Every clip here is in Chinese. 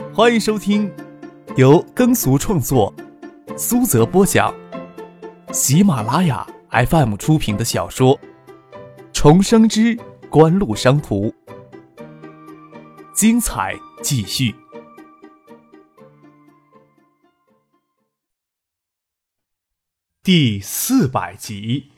欢迎收听由耕俗创作、苏泽播讲、喜马拉雅 FM 出品的小说《重生之官路商途》，精彩继续。第400集。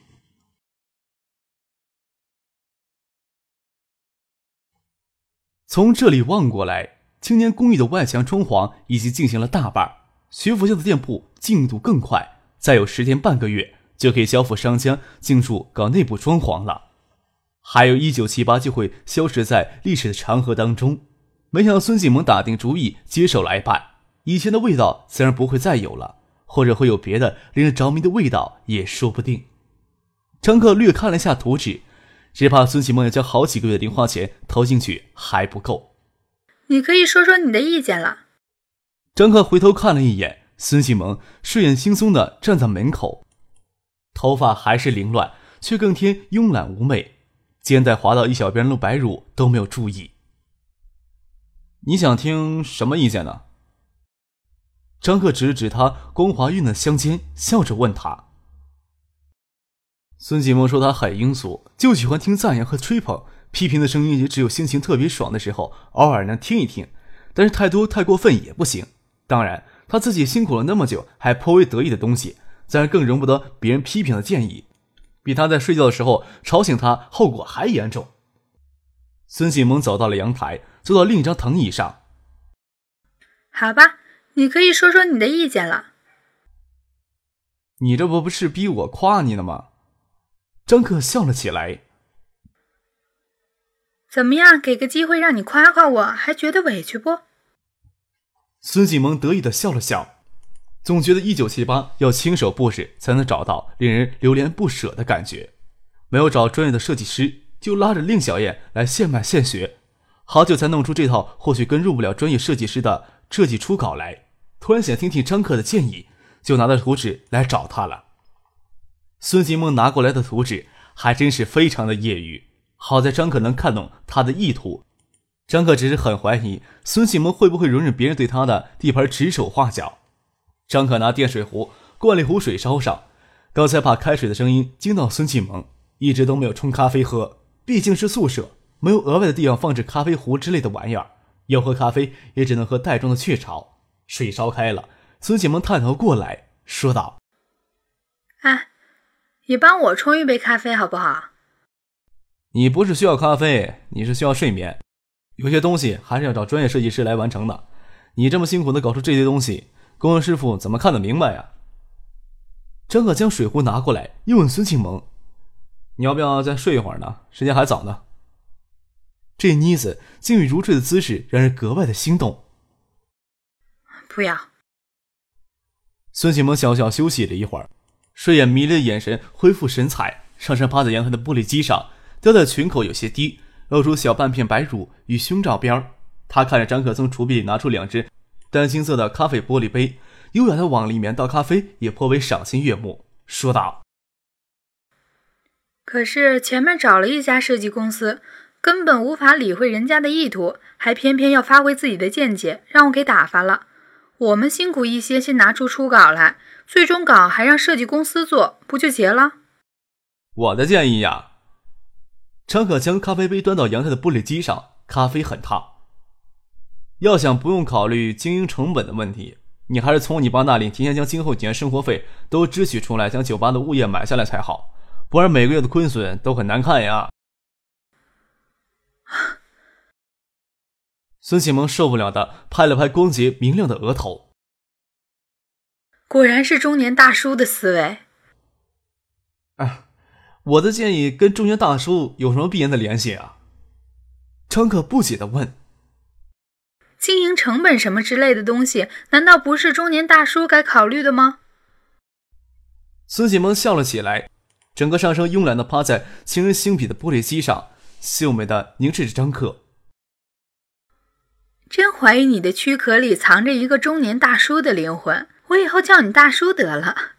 从这里望过来，青年公寓的外墙装潢已经进行了大半，徐福秀的店铺进度更快，再有10天半个月就可以交付商家进驻搞内部装潢了。还有1978就会消失在历史的长河当中。没想到孙继萌打定主意接手来办，以前的味道自然不会再有了，或者会有别的令人着迷的味道也说不定。张克略看了一下图纸，只怕孙启萌要将好几个月的零花钱投进去还不够。 你可以说说你的意见了。 张克回头看了一眼，孙启萌睡眼惺忪地站在门口，头发还是凌乱，却更添慵懒妩媚，肩带滑到一小边露白乳都没有注意。你想听什么意见呢？张克指了指他光滑晕的香肩，笑着问他。孙启萌说他很庸俗，就喜欢听赞扬和吹捧，批评的声音也只有心情特别爽的时候偶尔能听一听，但是太多太过分也不行。当然他自己辛苦了那么久还颇为得意的东西，自然更容不得别人批评的建议，比他在睡觉的时候吵醒他后果还严重。孙启萌走到了阳台，坐到另一张藤椅上。 好吧，你可以说说你的意见了。 你这不是逼我夸你呢吗？张克笑了起来。 怎么样，给个机会让你夸夸我，还觉得委屈不？ 孙启萌得意地笑了笑，总觉得1978要亲手布置才能找到令人流连不舍的感觉，没有找专业的设计师，就拉着令小燕来现卖现学，好久才弄出这套或许跟入不了专业设计师的设计初稿来。突然想听听张克的建议，就拿着图纸来找他了。孙启萌拿过来的图纸还真是非常的业余，好在张克能看懂他的意图。张克只是很怀疑孙启萌会不会容忍别人对他的地盘指手画脚。张克拿电水壶灌了一壶水烧上，刚才怕开水的声音惊到孙启萌，一直都没有冲咖啡喝，毕竟是宿舍，没有额外的地方放置咖啡壶之类的玩意儿，要喝咖啡也只能喝袋装的雀巢。水烧开了，孙启萌探头过来说道： 你帮我冲一杯咖啡好不好？ 你不是需要咖啡，你是需要睡眠，有些东西还是要找专业设计师来完成的，你这么辛苦的搞出这些东西，工人师傅怎么看得明白呀？张可将水壶拿过来，又问孙启萌：你要不要再睡一会儿呢？时间还早呢。这妮子静语如坠的姿势让人格外的心动。 不要。 孙启萌小小休息了一会儿，睡眼迷离的眼神恢复神采，上身趴在阳台的玻璃机上，吊带裙口有些低，露出小半片白乳与胸罩边。他看着张可从橱壁里拿出2只淡青色的咖啡玻璃杯，优雅的往里面倒咖啡，也颇为赏心悦目，说道： 可是前面找了一家设计公司，根本无法理会人家的意图，还偏偏要发挥自己的见解，让我给打发了。我们辛苦一些，先拿出初稿来，最终稿还让设计公司做，不就结了？ 我的建议呀。张可将咖啡杯端到阳台的玻璃机上，咖啡很烫。要想不用考虑经营成本的问题，你还是从你爸那里提前将今后几年生活费都支取出来，将酒吧的物业买下来才好，不然每个月的亏损都很难看呀。孙启萌受不了的拍了拍光洁明亮的额头。 果然是中年大叔的思维。 我的建议跟中年大叔有什么必然的联系啊？张可不解地问。 经营成本什么之类的东西，难道不是中年大叔该考虑的吗？ 孙启萌笑了起来，整个上身慵懒地趴在情人星笔的玻璃机上，秀美地凝视着张克。 真怀疑你的躯壳里藏着一个中年大叔的灵魂，我以后叫你大叔得了。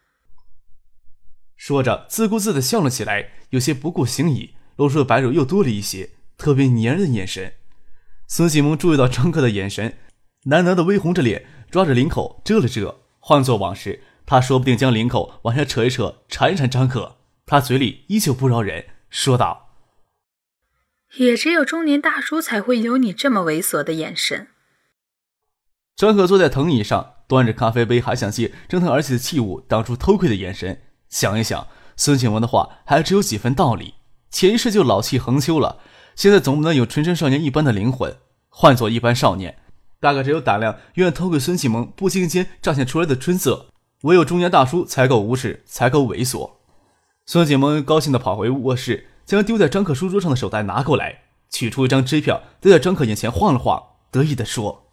说着自顾自地笑了起来，有些不顾形仪，露出的白乳又多了一些，特别黏人的眼神。孙启萌注意到张克的眼神， 难得的微红着脸，抓着领口遮了遮。换作往时，他说不定将领口往下扯一扯，缠一缠张可。他嘴里依旧不饶人，说道： 也只有中年大叔才会有你这么猥琐的眼神。 张可坐在藤椅上，端着咖啡杯，还想借蒸腾而起的气雾挡住偷窥的眼神。想一想，孙景文的话还只有几分道理。前一世就老气横秋了，现在总不能有纯真少年一般的灵魂。换做一般少年，大概只有胆量愿偷窥孙启蒙不经意间乍现出来的春色，唯有中年大叔才够无耻，才够猥琐。孙启蒙高兴地跑回卧室，将丢在张可书桌上的手袋拿过来，取出一张支票，丢在张可眼前晃了晃，得意地说：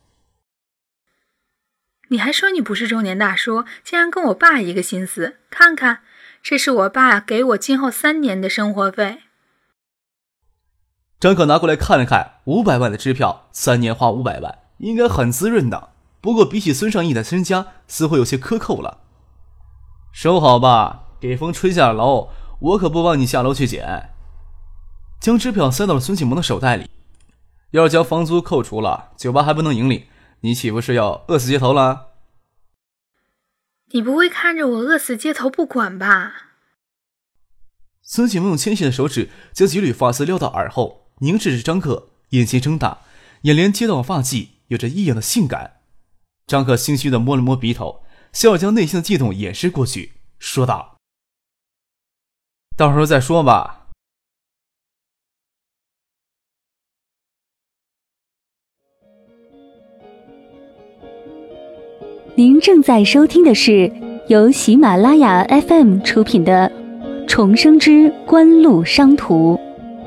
你还说你不是中年大叔，竟然跟我爸一个心思，看看，这是我爸给我今后3年的生活费。 张可拿过来看了看，500万的支票，3年花500万，应该很滋润的。不过比起孙尚义的身家，似乎有些苛扣了。收好吧，给风吹下楼，我可不帮你下楼去捡。将支票塞到了孙启蒙的手袋里。要是将房租扣除了，酒吧还不能盈利，你岂不是要饿死街头了？ 你不会看着我饿死街头不管吧？ 孙启蒙用纤细的手指将几缕发丝撩到耳后，凝视着张可，眼睛睁大，眼帘接到发髻，有着异样的性感。张可心虚地摸了摸鼻头，笑着将内心的悸动掩饰过去，说道：到时候再说吧。 您正在收听的是由喜马拉雅 FM 出品的《重生之官路商途》。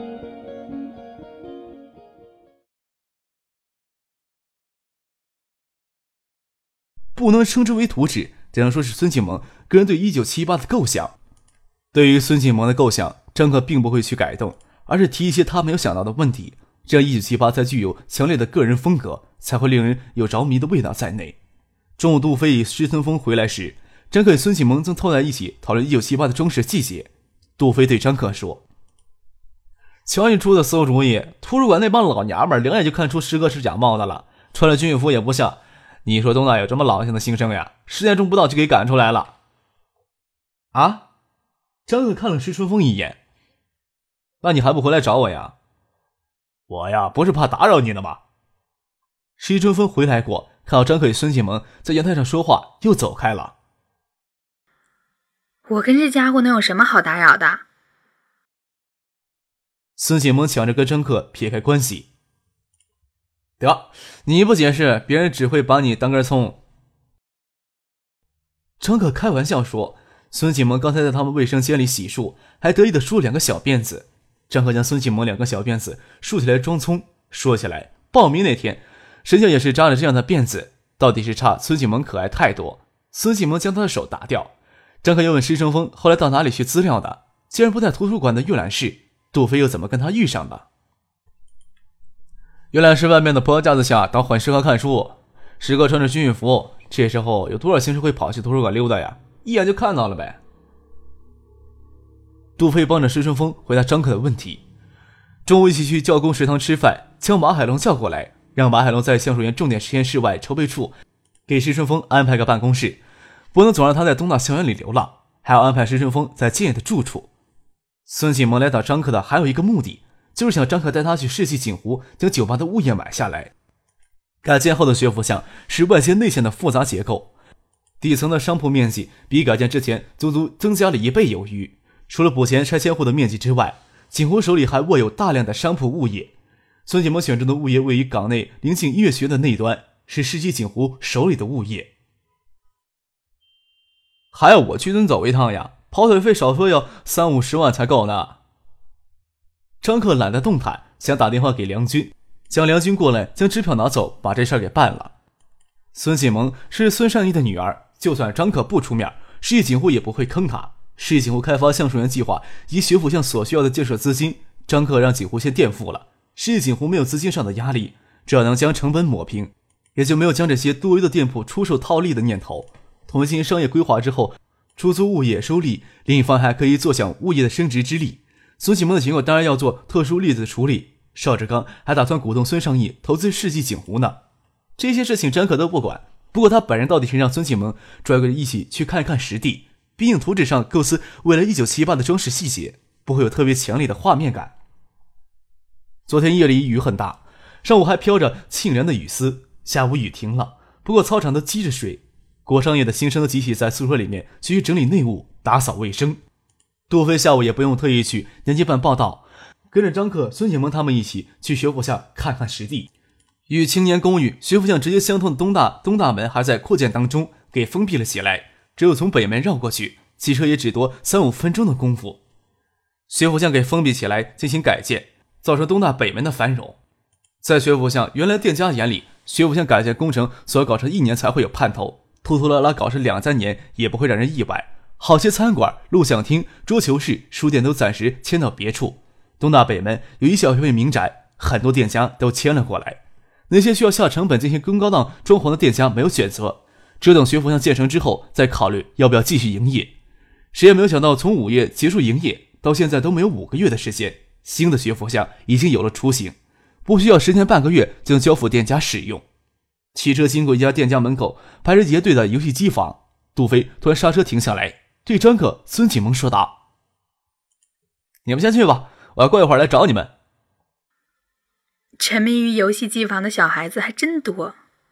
不能称之为图纸，只能说是孙启蒙个人对1978的构想。对于孙启蒙的构想，张可并不会去改动，而是提一些他没有想到的问题，这样1978才具有强烈的个人风格，才会令人有着迷的味道在内。中午杜飞与施春风回来时，张可与孙启蒙曾凑在一起讨论1978的装饰细节。杜飞对张可说：瞧你出的馊主意，图书馆那帮老娘们两眼就看出师哥是假冒的了，穿了军服也不像。你说东大有这么老性的新生呀，10点钟不到就给赶出来了。啊？张可看了施春风一眼。那你还不回来找我呀？我呀，不是怕打扰你的吗？施春风回来过，看到张可与孙启蒙在阳台上说话，又走开了。 我跟这家伙能有什么好打扰的？ 孙启蒙抢着跟张可撇开关系。得，你不解释，别人只会把你当根葱。张可开玩笑说，孙启蒙刚才在他们卫生间里洗漱，还得意地梳了2个小辫子。张可将孙启蒙2个小辫子竖起来装葱。说起来，报名那天神仙也是扎了这样的辫子，到底是差孙启蒙可爱太多。孙启蒙将他的手打掉。张可又问施春风后来到哪里学资料的，既然不在图书馆的阅览室，杜飞又怎么跟他遇上的？阅览室外面的坡架子下当很适合看书，师哥穿着军运服，这时候有多少新生会跑去图书馆溜达呀？一眼就看到了呗。杜飞帮着施春风回答张可的问题。中午一起去教工食堂吃饭，将马海龙叫过来，让马海龙在橡树园重点实验室外筹备处给施春风安排个办公室，不能总让他在东大校园里流浪，还要安排施春风在建业的住处。孙启蒙来找张可的还有一个目的，就是想张可带他去世纪锦湖将酒吧的物业买下来。改建后的学府巷是外线内线的复杂结构，底层的商铺面积比改建之前足足增加了1倍有余。除了补钱拆迁户的面积之外，锦湖手里还握有大量的商铺物业。孙启蒙选中的物业位于港内临近音乐学院的内端，是世纪锦湖手里的物业。还要我去蹲走一趟呀？跑腿费少说要30-50万才够呢。张克懒得动弹，想打电话给梁军，将梁军过来将支票拿走，把这事儿给办了。孙启蒙是孙善义的女儿，就算张可不出面，世纪锦湖也不会坑他。世纪锦湖开发橡树园计划以及学府巷所需要的建设资金，张可让锦湖先垫付了。世纪锦湖没有资金上的压力，只要能将成本抹平，也就没有将这些多余的店铺出售套利的念头。统一商业规划之后，出租物业收利，另一方还可以坐享物业的升值之利。孙启蒙的情况当然要做特殊例子处理，邵志刚还打算鼓动孙尚义投资世纪锦湖呢。 这些事情张可都不管，不过他本人到底是让孙启蒙拽过来一起去看一看实地，毕竟图纸上构思为了1978的装饰细节，不会有特别强烈的画面感。昨天夜里雨很大，上午还飘着沁凉的雨丝，下午雨停了，不过操场都积着水，国商业的新生都集体在宿舍里面继续整理内务、打扫卫生。杜飞下午也不用特意去年级办报道，跟着张克、孙启蒙他们一起去学府巷看看实地。与青年公寓学府巷直接相通的东大门还在扩建当中，给封闭了起来，只有从北门绕过去，骑车也只多3-5分钟的功夫。学府巷给封闭起来进行改建，造成东大北门的繁荣。在学府巷原来店家眼里，学府巷改建工程所要搞成1年才会有盼头，拖拖拉拉搞成2-3年也不会让人意外。好些餐馆、录像厅、桌球室、书店都暂时迁到别处。东大北门有一小片民宅，很多店家都迁了过来。那些需要下成本进行更高档装潢的店家没有选择，只等学府巷建成之后再考虑要不要继续营业。谁也没有想到，从5月结束营业到现在都没有5个月的时间，新的学府巷已经有了雏形，不需要10天半个月就能交付店家使用。汽车经过一家店家门口排着结队的游戏机房，杜飞突然刹车停下来，对张克、孙启蒙说道：“你们先去吧，我要过一会儿来找你们。” 沉迷于游戏机房的小孩子还真多。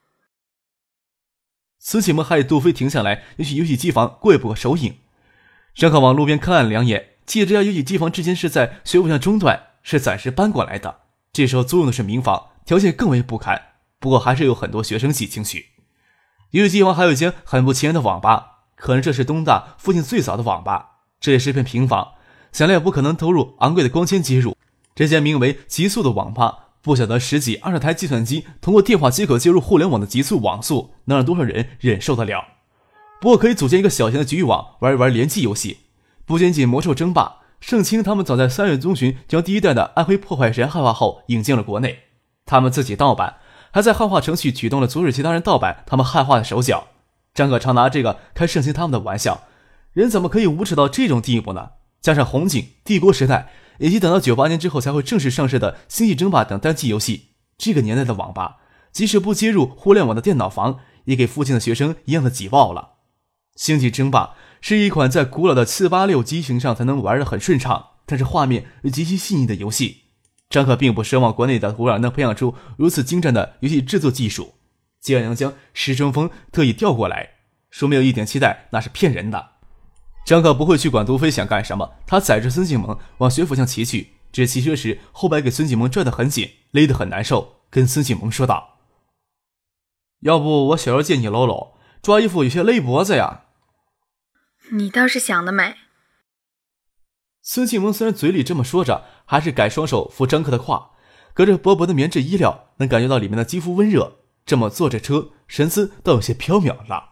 孙启蒙害杜飞停下来，要去游戏机房过一过手影。张克往路边看了2眼，记得这家游戏机房之前是在学府巷中段，是暂时搬过来的，这时候租用的是民房，条件更为不堪，不过还是有很多学生挤进去。游戏机房还有一间很不起眼的网吧，可能这是东大附近最早的网吧，这也是片平房，想来也不可能投入昂贵的光纤接入。这间名为极速的网吧，不晓得10几20台计算机通过电话接口接入互联网的极速网速能让多少人忍受得了。不过可以组建一个小型的局域网，玩一玩联机游戏。不仅仅魔兽争霸，盛清他们早在3月中旬将第1代的暗黑破坏神汉化后引进了国内，他们自己盗版，还在汉化程序启动了阻止其他人盗版他们汉化的手脚。张可常拿这个开盛清他们的玩笑，人怎么可以无耻到这种地步呢？加上红警、帝国时代以及等到98年之后才会正式上市的星际争霸等单机游戏，这个年代的网吧即使不接入互联网的电脑房，也给附近的学生一样的挤爆了。星际争霸是一款在古老的486机型上才能玩得很顺畅，但是画面又极其细腻的游戏。张可并不奢望国内的土壤能培养出如此精湛的游戏制作技术，既然能将石中锋特意调过来，说没有一点期待那是骗人的。张可不会去管杜飞想干什么，他载着孙启蒙往学府巷骑去，只骑车时后摆给孙启蒙拽得很紧，勒得很难受，跟孙启蒙说道：“要不我小时候借你搂搂，抓衣服有些勒脖子呀。” 你倒是想得美。 孙启蒙虽然嘴里这么说着，还是改双手扶张克的胯，隔着薄薄的棉质衣料能感觉到里面的肌肤温热，这么坐着车，神思倒有些飘渺了。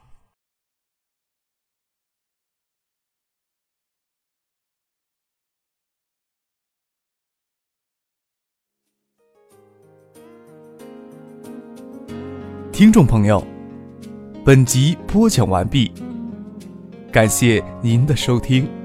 听众朋友，本集播讲完毕，感谢您的收听。